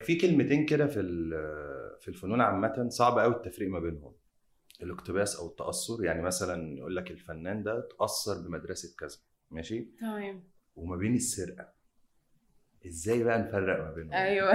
في كلمتين كده في الفنون عامه صعب قوي التفريق ما بينهم، الاقتباس او التاثر. يعني مثلا يقول لك الفنان ده اتاثر بمدرسه كذا، ماشي، تمام. وما بين السرقه، ازاي بقى نفرق ما بينهم؟ ايوه.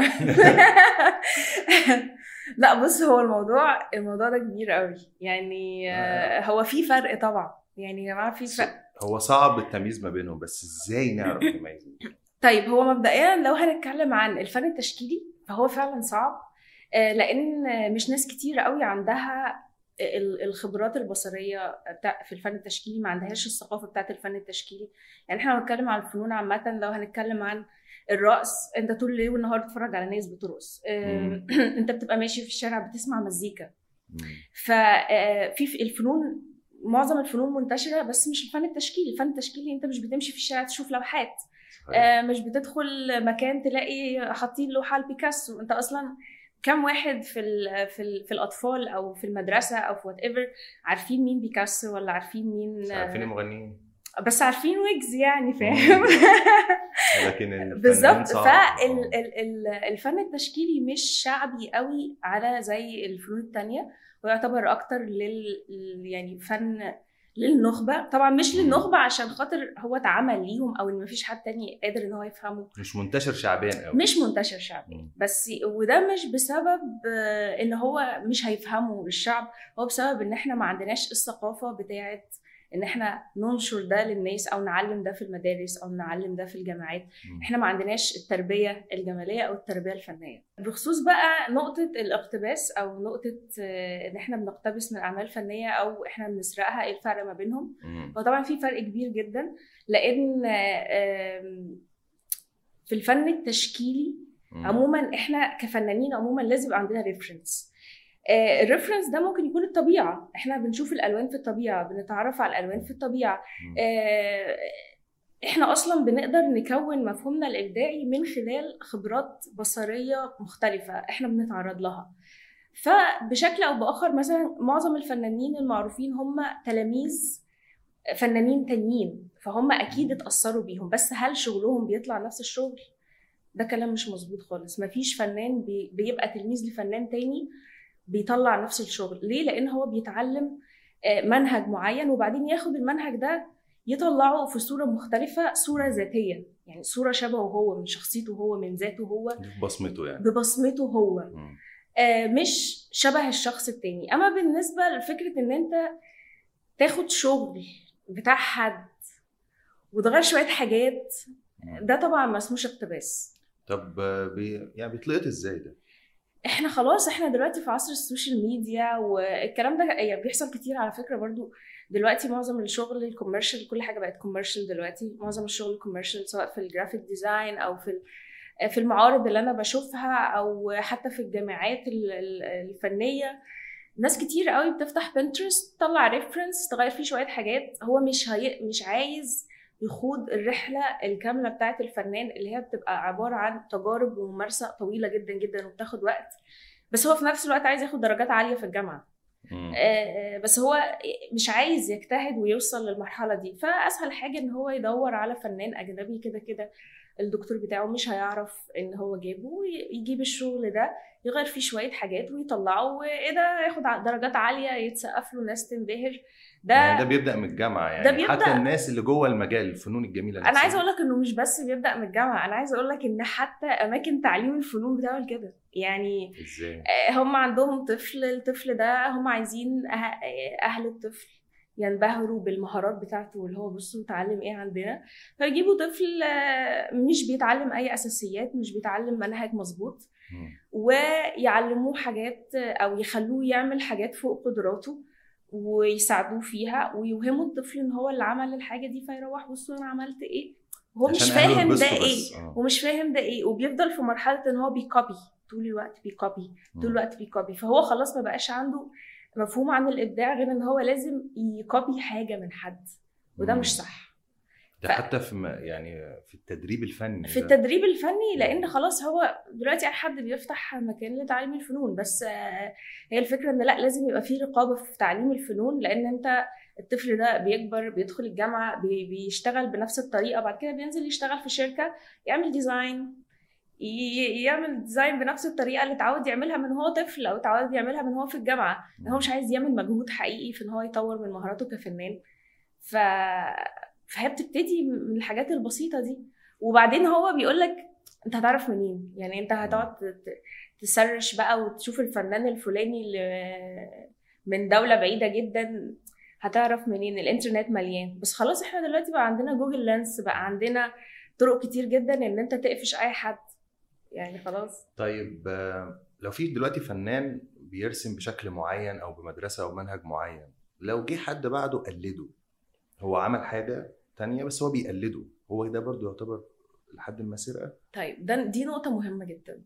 لا بص، هو الموضوع ده كبير قوي يعني. هو في فرق طبعا، يعني يا جماعه في فرق. هو صعب التمييز ما بينهم، بس ازاي نعرف نميز؟ طيب هو مبدئيا لو هنتكلم عن الفن التشكيلي فهو فعلا صعب، لان مش ناس كتير قوي عندها الخبرات البصريه في الفن التشكيلي، ما عندهاش الثقافه بتاعت الفن التشكيلي. يعني احنا بنتكلم عن الفنون عامه، لو هنتكلم عن الرقص، انت طول الليل والنهار بتتفرج على ناس بترقص. انت بتبقى ماشي في الشارع بتسمع مزيكا. ففي الفنون، معظم الفنون منتشره، بس مش الفن التشكيلي. الفن التشكيلي انت مش بتمشي في الشارع تشوف لوحات، مش بتدخل مكان تلاقي حاطين لوحه لبيكاسو. انت اصلا كم واحد في الاطفال او في المدرسه او في وات ايفر عارفين مين بيكاسو، ولا عارفين مين؟ مش عارفين المغنيين، بس عارفين ويجز يعني، فاهم؟ لكن الفنانين بالظبط. صعب. فالفن التشكيلي مش شعبي قوي على زي الفنون التانية، ويعتبر اكتر يعني فن للنخبة. طبعا مش للنخبة عشان خاطر هو اتعمل ليهم او ان مفيش حد تاني قادر ان هو يفهمه، مش منتشر شعبيا قوي، مش منتشر شعبيا. بس وده مش بسبب ان هو مش هيفهمه الشعب، هو بسبب ان احنا ما عندناش الثقافة بتاعت ان احنا ننشر ده للناس او نعلم ده في المدارس او نعلم ده في الجامعات. احنا ما عندناش التربية الجمالية او التربية الفنية. بخصوص بقى نقطة الاقتباس او نقطة ان احنا بنقتبس من اعمال فنية او احنا بنسرقها، ايه الفرق ما بينهم؟ هو طبعا في فرق كبير جدا، لان في الفن التشكيلي عموما احنا كفنانين عموما لازم يبقى عندنا ريفرنس. الريفرنس ده ممكن يكون الطبيعه، احنا بنشوف الالوان في الطبيعه، بنتعرف على الالوان في الطبيعه. احنا اصلا بنقدر نكون مفهومنا الابداعي من خلال خبرات بصريه مختلفه احنا بنتعرض لها. فبشكل او باخر مثلا معظم الفنانين المعروفين هم تلاميذ فنانين تانيين، فهم اكيد اتاثروا بيهم، بس هل شغلهم بيطلع نفس الشغل؟ ده كلام مش مظبوط خالص. مفيش فنان بيبقى تلميذ لفنان تاني بيطلع نفس الشغل. ليه؟ لان هو بيتعلم منهج معين، وبعدين ياخد المنهج ده يطلعه في صورة مختلفة، صورة ذاتية، يعني صورة شبهه هو، من شخصيته هو، من ذاته هو، ببصمته يعني، ببصمته هو، مش شبه الشخص التاني. اما بالنسبة لفكرة ان انت تاخد شغل بتاع حد وتغير شوية حاجات، ده طبعا ما اسموش اقتباس. طب يعني بيتلقط ازاي ده؟ احنا خلاص، احنا دلوقتي في عصر السوشيال ميديا والكلام ده يعني بيحصل كتير على فكرة. برضو دلوقتي معظم الشغل الكوميرشال، كل حاجة بقت كوميرشال دلوقتي. معظم الشغل الكوميرشال سواء في الجرافيك ديزاين او في المعارض اللي انا بشوفها او حتى في الجامعات الفنية. ناس كتير قوي بتفتح بنترست، تطلع ريفرنس، تغير فيه شوية حاجات. هو مش عايز يخوض الرحلة الكاملة بتاعت الفنان اللي هي بتبقى عبارة عن تجارب وممارسة طويلة جدا جدا وبتاخد وقت، بس هو في نفس الوقت عايز ياخد درجات عالية في الجامعة. بس هو مش عايز يجتهد ويوصل للمرحلة دي. فأسهل حاجة إن هو يدور على فنان أجنبي، كده كده الدكتور بتاعه مش هيعرف إن هو جابه، يجيب الشغل ده يغير فيه شوية حاجات ويطلعه، وإيه ده، ياخد درجات عالية، يتسقف له، ناس تنبهر. يعني ده بيبدأ من الجامعة يعني، ده بيبدأ حتى الناس اللي جوه المجال الفنون الجميلة نفسها. أنا عايزة أقول لك إنه مش بس بيبدأ من الجامعة، أنا عايزة أقول لك إن حتى أماكن تعليم الفنون بتعمل كده. يعني إزاي؟ هم عندهم الطفل ده هم عايزين أهل الطفل ينبهروا بالمهارات بتاعته، اللي هو بصوا اتعلم ايه عندنا. فيجيبوا طفل مش بيتعلم اي اساسيات، مش بيتعلم منهج مظبوط، ويعلموه حاجات او يخلوه يعمل حاجات فوق قدراته ويساعدوه فيها، ويوهموا الطفل ان هو اللي عمل الحاجه دي، فيروح بصوا انا عملت ايه، وهو مش فاهم ده ايه، ومش فاهم ده ايه، وبيفضل في مرحله ان هو بيكوبي طول الوقت، طول الوقت بيكوبي. فهو خلاص ما بقاش عنده مفهوم عن الابداع غير ان هو لازم يكوبي حاجه من حد، وده مش صح. ده حتى في يعني في التدريب الفني، في التدريب الفني، لان خلاص هو دلوقتي اي حد بيفتح مكان لتعليم الفنون، بس هي الفكره ان لا، لازم يبقى فيه رقابه في تعليم الفنون، لان انت الطفل ده بيكبر، بيدخل الجامعه، بيشتغل بنفس الطريقه، بعد كده بينزل يشتغل في شركه، يعمل ديزاين، يعمل ديزاين بنفس الطريقه اللي اتعود يعملها من هو طفل او اتعود يعملها من هو في الجامعه. هو مش عايز يعمل مجهود حقيقي في ان هو يطور من مهاراته كفنان. ف... فهي بتبتدي من الحاجات البسيطه دي. وبعدين هو بيقول لك انت هتعرف منين؟ يعني انت هتقعد تسرش بقى وتشوف الفنان الفلاني اللي من دوله بعيده جدا، هتعرف منين؟ الانترنت مليان. بس خلاص احنا دلوقتي بقى عندنا جوجل لينس، بقى عندنا طرق كتير جدا ان انت تقفش اي حد، يعني خلاص. طيب لو في دلوقتي فنان بيرسم بشكل معين او بمدرسه او منهج معين، لو جه حد بعده قلده، هو عمل حاجه تانية بس هو بيقلده، هو ده برضو يعتبر لحد ما سرقه؟ طيب دي نقطه مهمه جدا.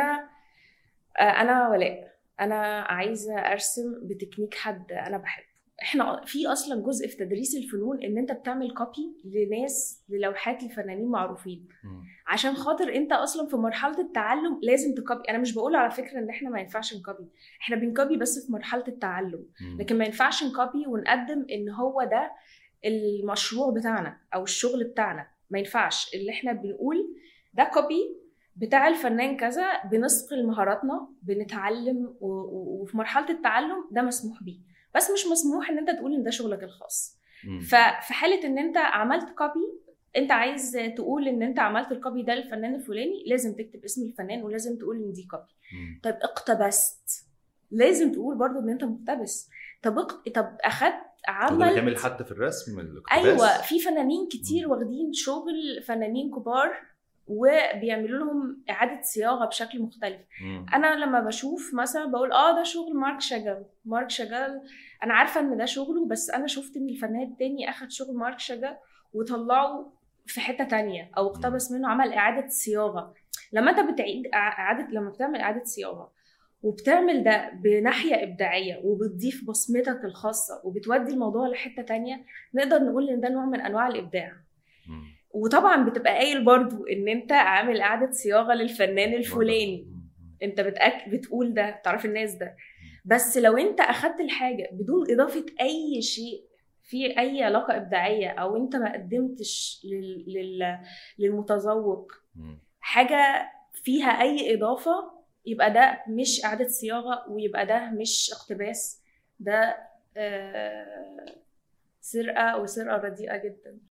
انا ولاء، انا عايزه ارسم بتكنيك حد انا بحبه. احنا في اصلا جزء في تدريس الفنون ان انت بتعمل كوبي لناس للوحات لفنانين معروفين، عشان خاطر انت اصلا في مرحله التعلم لازم تكوبي. انا مش بقول على فكره ان احنا ما ينفعش نكوبي، احنا بنكوبي بس في مرحله التعلم، لكن ما ينفعش نكوبي ونقدم ان هو ده المشروع بتاعنا او الشغل بتاعنا. ما ينفعش اللي احنا بنقول ده كوبي بتاع الفنان كذا، بنثقل مهاراتنا، بنتعلم، وفي مرحله التعلم ده مسموح بيه، بس مش مسموح ان انت تقول ان ده شغلك الخاص. ففي حاله ان انت عملت كوبي، انت عايز تقول ان انت عملت الكوبي ده للفنان الفلاني، لازم تكتب اسم الفنان ولازم تقول ان دي كوبي. طيب اقتبست، لازم تقول برضو ان انت مقتبس. طب اخدت ده بيتعمل حتى في الرسم الاقتباس. ايوه، في فنانين كتير واخدين شغل فنانين كبار وبيعملوا لهم اعاده صياغه بشكل مختلف. انا لما بشوف مثلا بقول ده شغل مارك شاجال، انا عارفه ان ده شغله، بس انا شفت ان الفنان التاني اخد شغل مارك شاجال وطلعه في حته تانية او اقتبس منه، عمل اعاده صياغه. لما انت بتعيد لما بتعمل اعاده صياغه وبتعمل ده بناحيه ابداعيه وبتضيف بصمتك الخاصه وبتودي الموضوع لحته تانية، نقدر نقول ان ده نوع من انواع الابداع. وطبعا بتبقى قايل برضو ان انت عامل اعاده صياغه للفنان الفلاني، انت بتقول ده، تعرف الناس ده. بس لو انت اخدت الحاجه بدون اضافه اي شيء في اي علاقه ابداعيه، او انت ما قدمتش للمتذوق حاجه فيها اي اضافه، يبقى ده مش اعاده صياغه، ويبقى ده مش اقتباس، ده سرقه، وسرقه رديئه جدا.